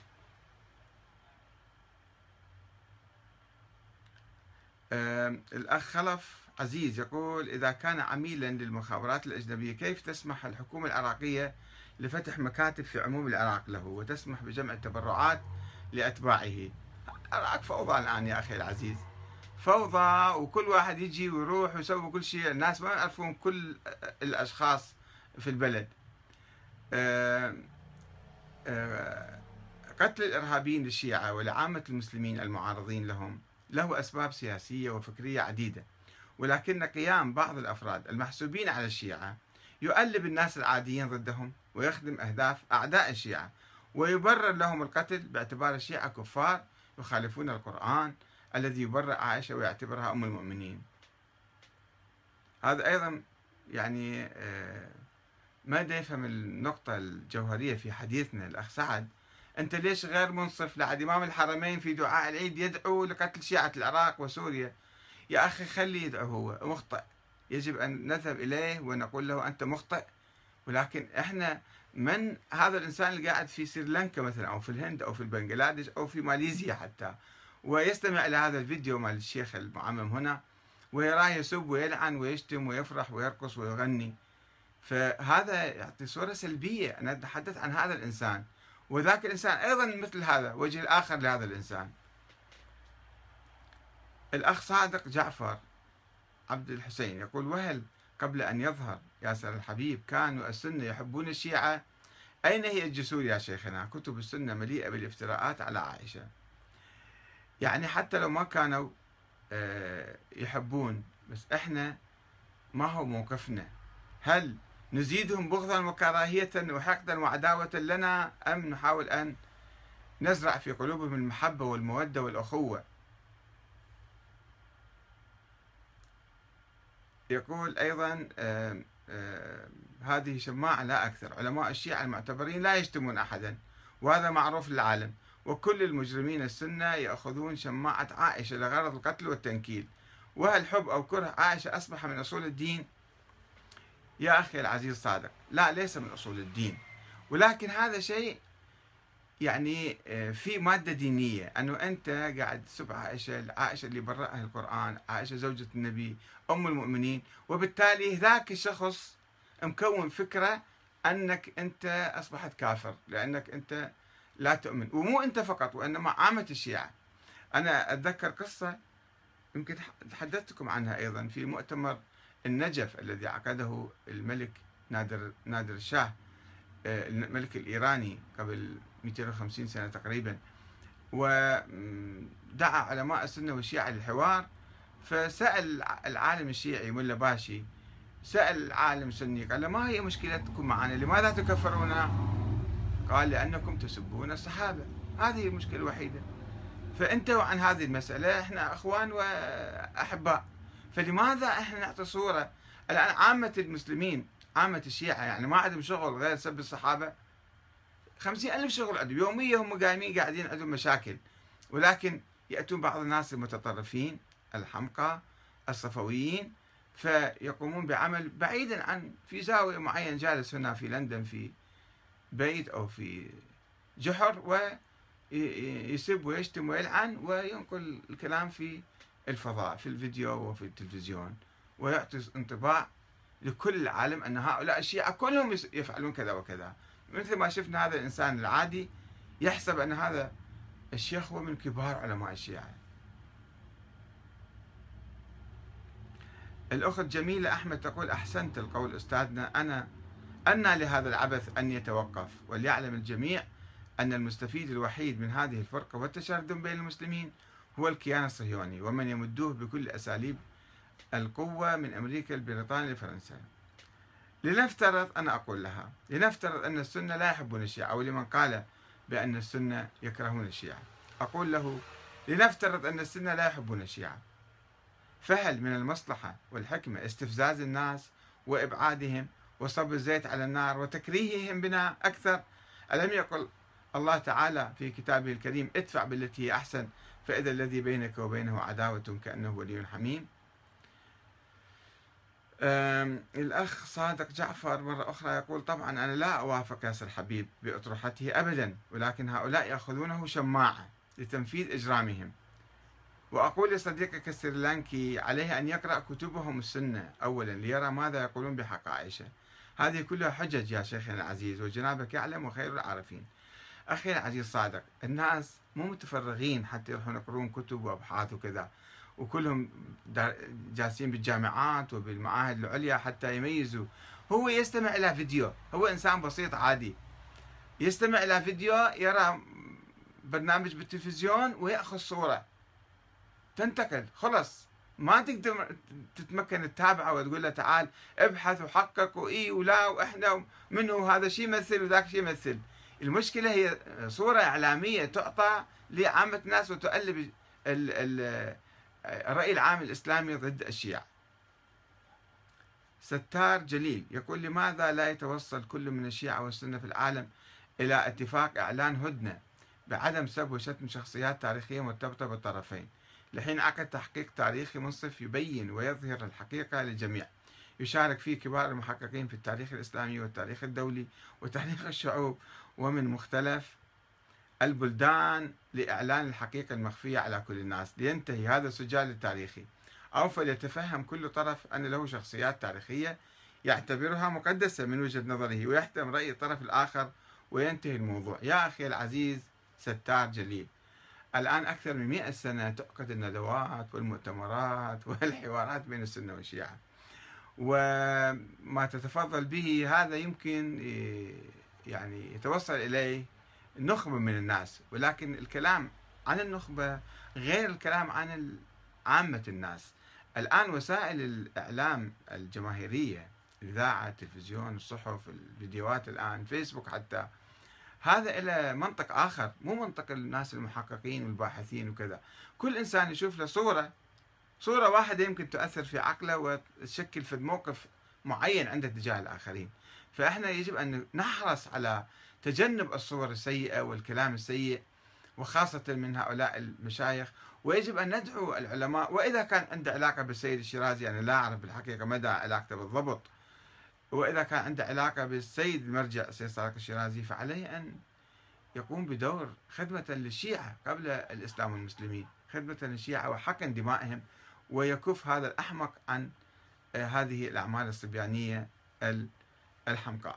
الأخ خلف عزيز يقول: إذا كان عميلا للمخابرات الأجنبية كيف تسمح الحكومة العراقية لفتح مكاتب في عموم العراق له وتسمح بجمع التبرعات لأتباعه؟ العراق فوضى الآن يا أخي العزيز، فوضى، وكل واحد يجي ويروح ويسوي كل شيء، الناس ما يعرفون كل الأشخاص في البلد. قتل الإرهابيين للشيعة ولعامة المسلمين المعارضين لهم له أسباب سياسية وفكرية عديدة، ولكن قيام بعض الأفراد المحسوبين على الشيعة يؤلب الناس العاديين ضدهم ويخدم أهداف أعداء الشيعة ويبرر لهم القتل باعتبار الشيعة كفار يخالفون القرآن الذي يبرئ عائشة ويعتبرها أم المؤمنين. هذا أيضا يعني ما دا يفهم النقطة الجوهرية في حديثنا الأخ سعد. أنت ليش غير منصف لعد إمام الحرمين في دعاء العيد يدعو لقتل شيعة العراق وسوريا؟ يا أخي خليه يدعو، هو مخطئ، يجب أن نذهب إليه ونقول له أنت مخطئ. ولكن إحنا من هذا الإنسان اللي قاعد في سريلانكا مثلا أو في الهند أو في بنغلاديش أو في ماليزيا حتى ويستمع إلى هذا الفيديو مال الشيخ المعمم هنا ويراه يسب ويلعن ويشتم ويفرح ويرقص ويغني، فهذا يعطي صورة سلبية. أنا أتحدث عن هذا الإنسان، وذاك الإنسان أيضا مثل هذا، وجه الآخر لهذا الإنسان. الأخ صادق جعفر عبد الحسين يقول: وهل قبل أن يظهر ياسر الحبيب كانوا السنة يحبون الشيعة؟ أين هي الجسور يا شيخنا؟ كتب السنة مليئة بالافتراءات على عائشة. يعني حتى لو ما كانوا يحبون، بس إحنا ما هو موقفنا؟ هل نزيدهم بغضا وكراهية وحقدا وعداوة لنا، أم نحاول أن نزرع في قلوبهم المحبة والمودة والأخوة؟ يقول أيضا: آآ آآ هذه شماعة لا أكثر. علماء الشيعة المعتبرين لا يشتمون أحدا، وهذا معروف للعالم، وكل المجرمين السنة يأخذون شماعة عائشة لغرض القتل والتنكيل. وهل حب أو كره عائشة أصبح من أصول الدين؟ يا أخي العزيز صادق، لا، ليس من أصول الدين، ولكن هذا شيء يعني في مادة دينية، أنه أنت قاعد تسب عائشة، عائشة اللي برأها القرآن، عائشة زوجة النبي أم المؤمنين، وبالتالي ذاك الشخص مكون فكرة أنك أنت أصبحت كافر لأنك أنت لا تؤمن، ومو أنت فقط وإنما عامة الشيعة. أنا أتذكر قصة يمكن تحدثتكم عنها أيضا في مؤتمر النجف الذي عقده الملك نادر نادر الشاه، الملك الإيراني، قبل مئتين وخمسين سنة تقريبا، ودعا علماء السنة والشيعة للحوار. فسأل العالم الشيعي ملا باشي، سأل عالم سني قال له: ما هي مشكلتكم معنا؟ لماذا تكفرون؟ قال: لأنكم تسبون الصحابة، هذه المشكلة الوحيدة، فانتوا عن هذه المسألة، احنا اخوان واحباء، فلماذا احنا نعطي صورة؟ الآن عامة المسلمين، عامة الشيعة يعني ما عندهم شغل غير سب الصحابة، خمسين ألف شغل عندهم يوميا، هم قايمين قاعدين عندهم مشاكل، ولكن يأتون بعض الناس المتطرفين الحمقى الصفويين فيقومون بعمل بعيدا عن في زاوية معين، جالس هنا في لندن في بيت أو في جحر ويسب ويشتم ويلعن وينقل الكلام في الفضاء في الفيديو وفي التلفزيون، ويعطي انطباع لكل العالم أن هؤلاء الشيعة كلهم يفعلون كذا وكذا، مثل ما شفنا هذا الإنسان العادي يحسب أن هذا الشيخ هو من كبار علماء الشيعة. الأخت جميلة أحمد تقول: أحسنت القول أستاذنا، أنا أن لهذا العبث أن يتوقف، وليعلم الجميع أن المستفيد الوحيد من هذه الفرقة والتشرذم بين المسلمين هو الكيان الصهيوني ومن يمدوه بكل أساليب القوة من أمريكا لبريطانيا لفرنسا. لنفترض، أنا أقول لها، لنفترض أن السنة لا يحبون الشيعة، ولمن قال بأن السنة يكرهون الشيعة أقول له: لنفترض أن السنة لا يحبون الشيعة، فهل من المصلحة والحكمة استفزاز الناس وإبعادهم وصب الزيت على النار وتكريههم بنا أكثر؟ ألم يقل الله تعالى في كتابه الكريم: ادفع بالتي هي أحسن فإذا الذي بينك وبينه عداوة كأنه ولي حميم؟ الأخ صادق جعفر مرة أخرى يقول: طبعا أنا لا أوافق ياسر حبيب بأطروحته أبدا، ولكن هؤلاء يأخذونه شماعة لتنفيذ إجرامهم. وأقول لصديقك السريلانكي: عليه أن يقرأ كتبهم السنة أولا ليرى ماذا يقولون بحق عائشة. هذه كلها حجج يا شيخنا العزيز، وجنابك يعلم وخير العارفين. أخي العزيز صادق، الناس مو متفرغين حتى يروحون يقرون كتب وأبحاث وكذا، وكلهم جالسين بالجامعات وبالمعاهد العليا حتى يميزوا. هو يستمع إلى فيديو، هو إنسان بسيط عادي يستمع إلى فيديو، يرى برنامج بالتلفزيون ويأخذ صورة تنتقل، خلص ما تقدر تتمكن تتابعه وتقول له تعال ابحث وحقق وإي ولا وإحنا منه هذا شيء يمثل وذاك شيء يمثل. المشكلة هي صورة إعلامية تعطى لعامة الناس وتؤلب الرأي العام الإسلامي ضد الشيعة. ستار جليل يقول: لماذا لا يتوصل كل من الشيعة والسنة في العالم إلى اتفاق إعلان هدنة بعدم سب وشتم شخصيات تاريخية مرتبطة بالطرفين، لحين عقد تحقيق تاريخي منصف يبين ويظهر الحقيقة للجميع، يشارك فيه كبار المحققين في التاريخ الإسلامي والتاريخ الدولي وتاريخ الشعوب ومن مختلف البلدان، لإعلان الحقيقة المخفية على كل الناس لينتهي هذا السجال التاريخي، أو فليتفهم كل طرف أن له شخصيات تاريخية يعتبرها مقدسة من وجهة نظره ويحترم رأي الطرف الآخر وينتهي الموضوع. يا أخي العزيز ستار جليل، الآن أكثر من مئة سنة تعقد الندوات والمؤتمرات والحوارات بين السنة والشيعة، وما تتفضل به هذا يمكن يعني يتوصل إليه نخبة من الناس، ولكن الكلام عن النخبة غير الكلام عن عامة الناس. الآن وسائل الإعلام الجماهيرية، الإذاعة، التلفزيون، الصحف، الفيديوهات، الآن فيسبوك حتى، هذا إلى منطق آخر، مو منطق الناس المحققين والباحثين وكذا. كل إنسان يشوف له صورة صورة واحدة يمكن تؤثر في عقله وتشكل في موقف معين عنده تجاه الآخرين. فإحنا يجب أن نحرص على تجنب الصور السيئة والكلام السيء، وخاصة من هؤلاء المشايخ، ويجب أن ندعو العلماء. وإذا كان عنده علاقة بالسيد الشيرازي، أنا لا أعرف بالحقيقة مدى علاقته بالضبط، وإذا كان عنده علاقة بالسيد المرجع السيد صادق الشيرازي، فعليه أن يقوم بدور خدمة للشيعة قبل الإسلام والمسلمين، خدمة للشيعة وحقن دمائهم، ويكف هذا الأحمق عن هذه الأعمال الصبيانية الحمقاء.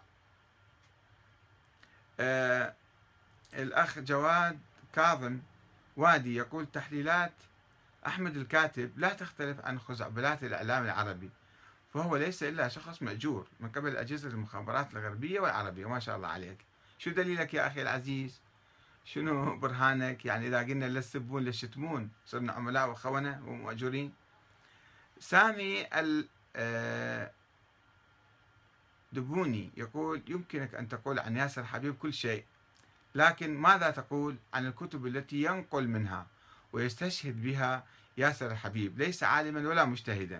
آه الأخ جواد كاظم وادي يقول: تحليلات أحمد الكاتب لا تختلف عن خزعبلات الإعلام العربي، فهو ليس إلا شخص مأجور من قبل أجهزة المخابرات الغربية والعربية. ما شاء الله عليك. شو دليلك يا أخي العزيز؟ شنو برهانك؟ يعني إذا قلنا لا تسبون لا تشتمون صرنا عملاء وخونة ومأجورين. سامي الدبوني يقول: يمكنك أن تقول عن ياسر حبيب كل شيء، لكن ماذا تقول عن الكتب التي ينقل منها ويستشهد بها ياسر الحبيب؟ ليس عالما ولا مجتهدا،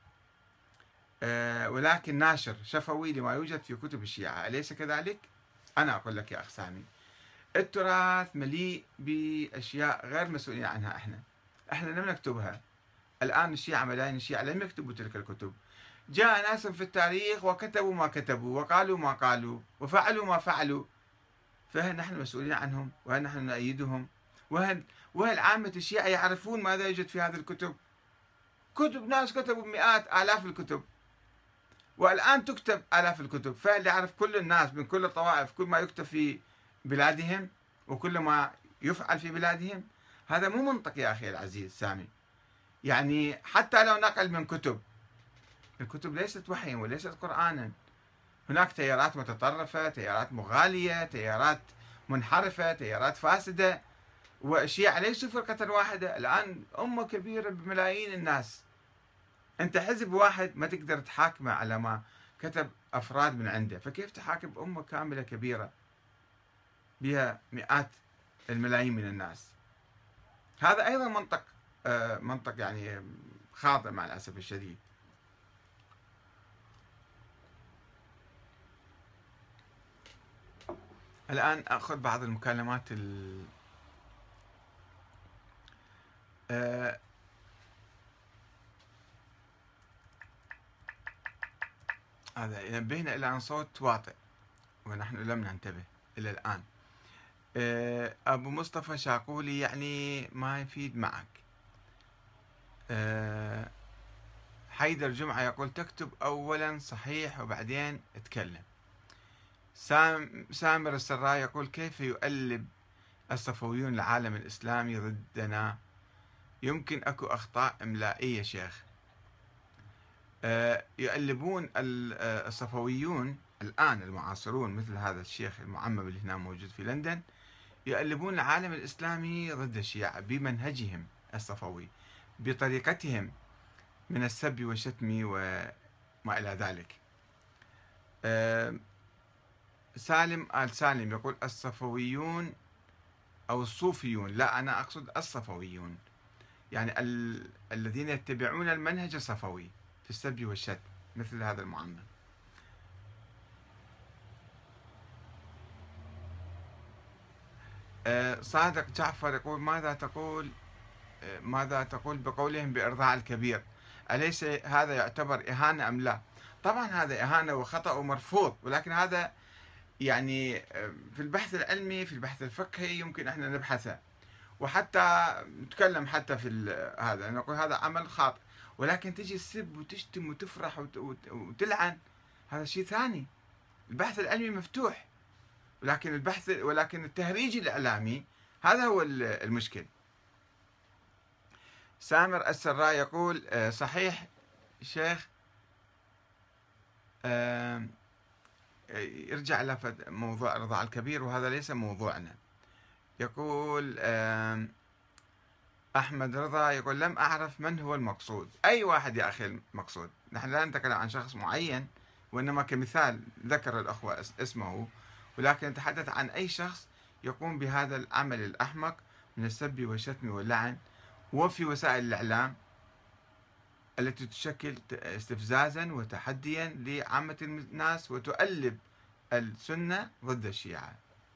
ولكن ناشر شفوي لما يوجد في كتب الشيعة، أليس كذلك؟ أنا أقول لك يا أخ سامي، التراث مليء بأشياء غير مسؤولين عنها إحنا. إحنا لم نكتبها. الآن الشيعة ملايين الشيعة لم يكتبوا تلك الكتب. جاء ناس في التاريخ وكتبوا ما كتبوا وقالوا ما قالوا وفعلوا ما فعلوا، فهل نحن مسؤولين عنهم؟ وهل نحن نؤيدهم؟ وهل وهل عامة الشيعة يعرفون ماذا يوجد في هذه الكتب؟ كتب ناس كتبوا مئات آلاف الكتب، والآن تكتب آلاف الكتب، فهل يعرف كل الناس من كل الطوائف كل ما يكتب في بلادهم وكل ما يفعل في بلادهم؟ هذا مو منطق يا أخي العزيز سامي. يعني حتى لو نقل من كتب، الكتب ليست وحيا وليست قرآنا. هناك تيارات متطرفة، تيارات مغالية، تيارات منحرفة، تيارات فاسدة، والشيعة ليسوا فرقة واحدة. الآن أمة كبيرة بملايين الناس، أنت حزب واحد ما تقدر تحاكمه على ما كتب أفراد من عنده، فكيف تحاكم أمة كاملة كبيرة بها مئات الملايين من الناس؟ هذا أيضا منطق آه، منطق يعني خاطئ مع الأسف الشديد. الآن أخذ بعض المكالمات ال آه، هذا ينبهنا إلى أن صوت واطئ ونحن لم ننتبه إلى الآن. آه، أبو مصطفى شاقولي يعني ما يفيد معك. آه، حيدر جمعة يقول تكتب أولا صحيح وبعدين اتكلم. سام سامر السراء يقول كيف يؤلب الصفويون العالم الإسلامي ضدنا؟ يمكن أكو أخطاء إملائية شيخ. آه، يؤلبون الصفويون الآن المعاصرون مثل هذا الشيخ المعمم اللي هنا موجود في لندن، يؤلبون العالم الإسلامي ضد الشيعة بمنهجهم الصفوي، بطريقتهم من السب والشتم وما إلى ذلك. آه، سالم آل سالم يقول الصفويون أو الصوفيون، لا أنا أقصد الصفويون، يعني ال... الذين يتبعون المنهج الصفوي في السب والشتم مثل هذا المعمم. آه، صادق جعفر يقول ماذا تقول آه، ماذا تقول بقولهم بإرضاع الكبير؟ أليس هذا يعتبر إهانة أم لا؟ طبعا هذا إهانة وخطأ ومرفوض، ولكن هذا يعني آه، في البحث العلمي في البحث الفقهي يمكن احنا نبحثه، وحتى نتكلم حتى في هذا نقول هذا عمل خاطئ، ولكن تجي تسب وتشتم وتفرح وتلعن، هذا شيء ثاني. البحث العلمي مفتوح، ولكن البحث ولكن التهريج الإعلامي هذا هو المشكل. سامر السراء يقول صحيح شيخ، يرجع إلى موضوع الرضاع الكبير وهذا ليس موضوعنا. يقول أحمد رضا يقول لم أعرف من هو المقصود. أي واحد يا أخي المقصود؟ نحن لا نتكلم عن شخص معين، وإنما كمثال ذكر الأخوة اسمه، ولكن نتحدث عن أي شخص يقوم بهذا العمل الأحمق من السب والشتم واللعن، وفي وسائل الإعلام التي تشكل استفزازا وتحديا لعامة الناس وتؤلب السنة ضد الشيعة.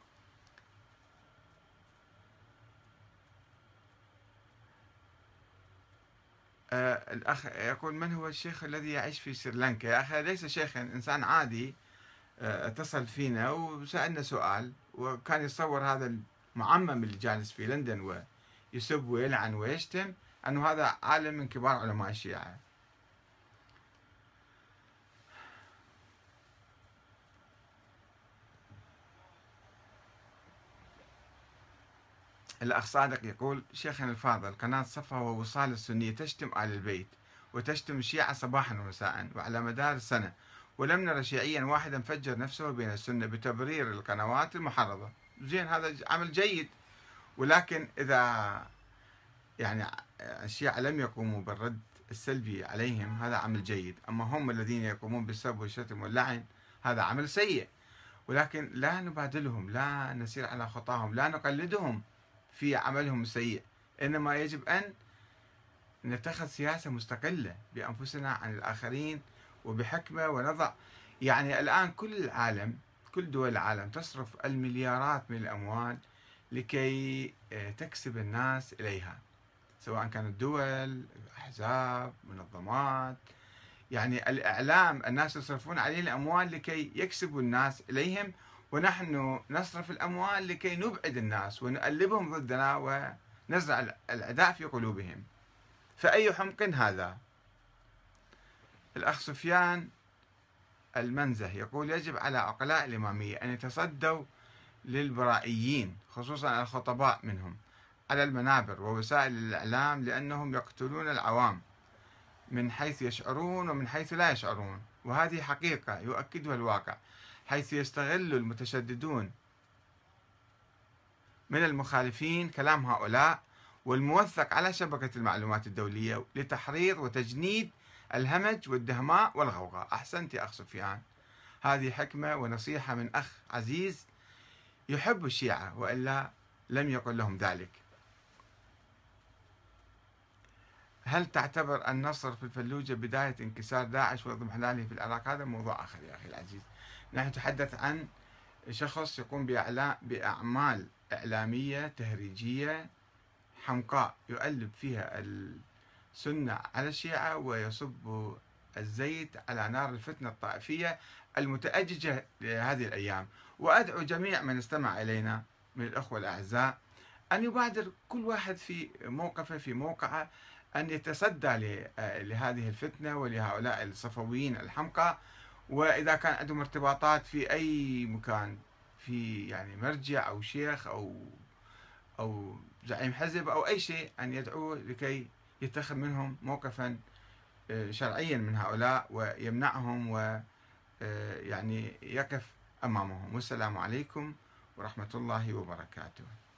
آه الأخ يقول من هو الشيخ الذي يعيش في سريلانكا؟ يا أخي ليس شيخا، إنسان عادي آه اتصل فينا وسألنا سؤال، وكان يتصور هذا المعمم اللي جالس في لندن ويسب ويلعن ويشتم أنه هذا عالم من كبار علماء الشيعة. الأخ صادق يقول شيخنا الفاضل قناة صفا ووصال السنية تشتم آل البيت وتشتم الشيعة صباحا ومساء وعلى مدار السنة، ولم نرى شيعيا واحدا فجر نفسه بين السنة بتبرير القنوات المحرضة. زين، هذا عمل جيد، ولكن إذا يعني الشيعة لم يقوموا بالرد السلبي عليهم هذا عمل جيد، أما هم الذين يقومون بالسب والشتم واللعن هذا عمل سيء. ولكن لا نبادلهم، لا نسير على خطاهم، لا نقلدهم في عملهم السيء، إنما يجب أن نتخذ سياسة مستقلة بأنفسنا عن الآخرين وبحكمة ونضع. يعني الآن كل العالم كل دول العالم تصرف المليارات من الأموال لكي تكسب الناس إليها، سواء كانت دول، أحزاب، منظمات. يعني الإعلام الناس يصرفون عليه الأموال لكي يكسبوا الناس إليهم، ونحن نصرف الأموال لكي نبعد الناس ونؤلبهم ضدنا ونزرع العداء في قلوبهم. فأي حمق هذا؟ الأخ سفيان المنزه يقول: يجب على عقلاء الإمامية أن يتصدوا للبرائيين، خصوصا الخطباء منهم، على المنابر ووسائل الإعلام، لأنهم يقتلون العوام من حيث يشعرون ومن حيث لا يشعرون. وهذه حقيقة يؤكدها الواقع، حيث يستغل المتشددون من المخالفين كلام هؤلاء والموثق على شبكة المعلومات الدولية لتحريض وتجنيد الهمج والدهماء والغوغاء. أحسنت يا أخ سفيان، هذه حكمة ونصيحة من أخ عزيز يحب الشيعة، وإلا لم يقل لهم ذلك. هل تعتبر النصر في الفلوجة بداية انكسار داعش واضمحلاله في العراق؟ هذا موضوع آخر يا أخي العزيز. نحن نتحدث عن شخص يقوم بأعمال إعلامية تهريجية حمقاء، يؤلب فيها السنة على الشيعة ويصب الزيت على نار الفتنة الطائفية المتأججة لهذه الأيام. وأدعو جميع من استمع إلينا من الأخوة الأعزاء أن يبادر كل واحد في موقفه في موقعه أن يتصدى لهذه الفتنة ولهؤلاء الصفويين الحمقى. وإذا كان عندهم ارتباطات في أي مكان، في يعني مرجع أو شيخ أو أو زعيم حزب أو أي شيء، أن يدعوه لكي يتخذ منهم موقفا شرعيا من هؤلاء ويمنعهم ويعني يقف أمامهم. والسلام عليكم ورحمة الله وبركاته.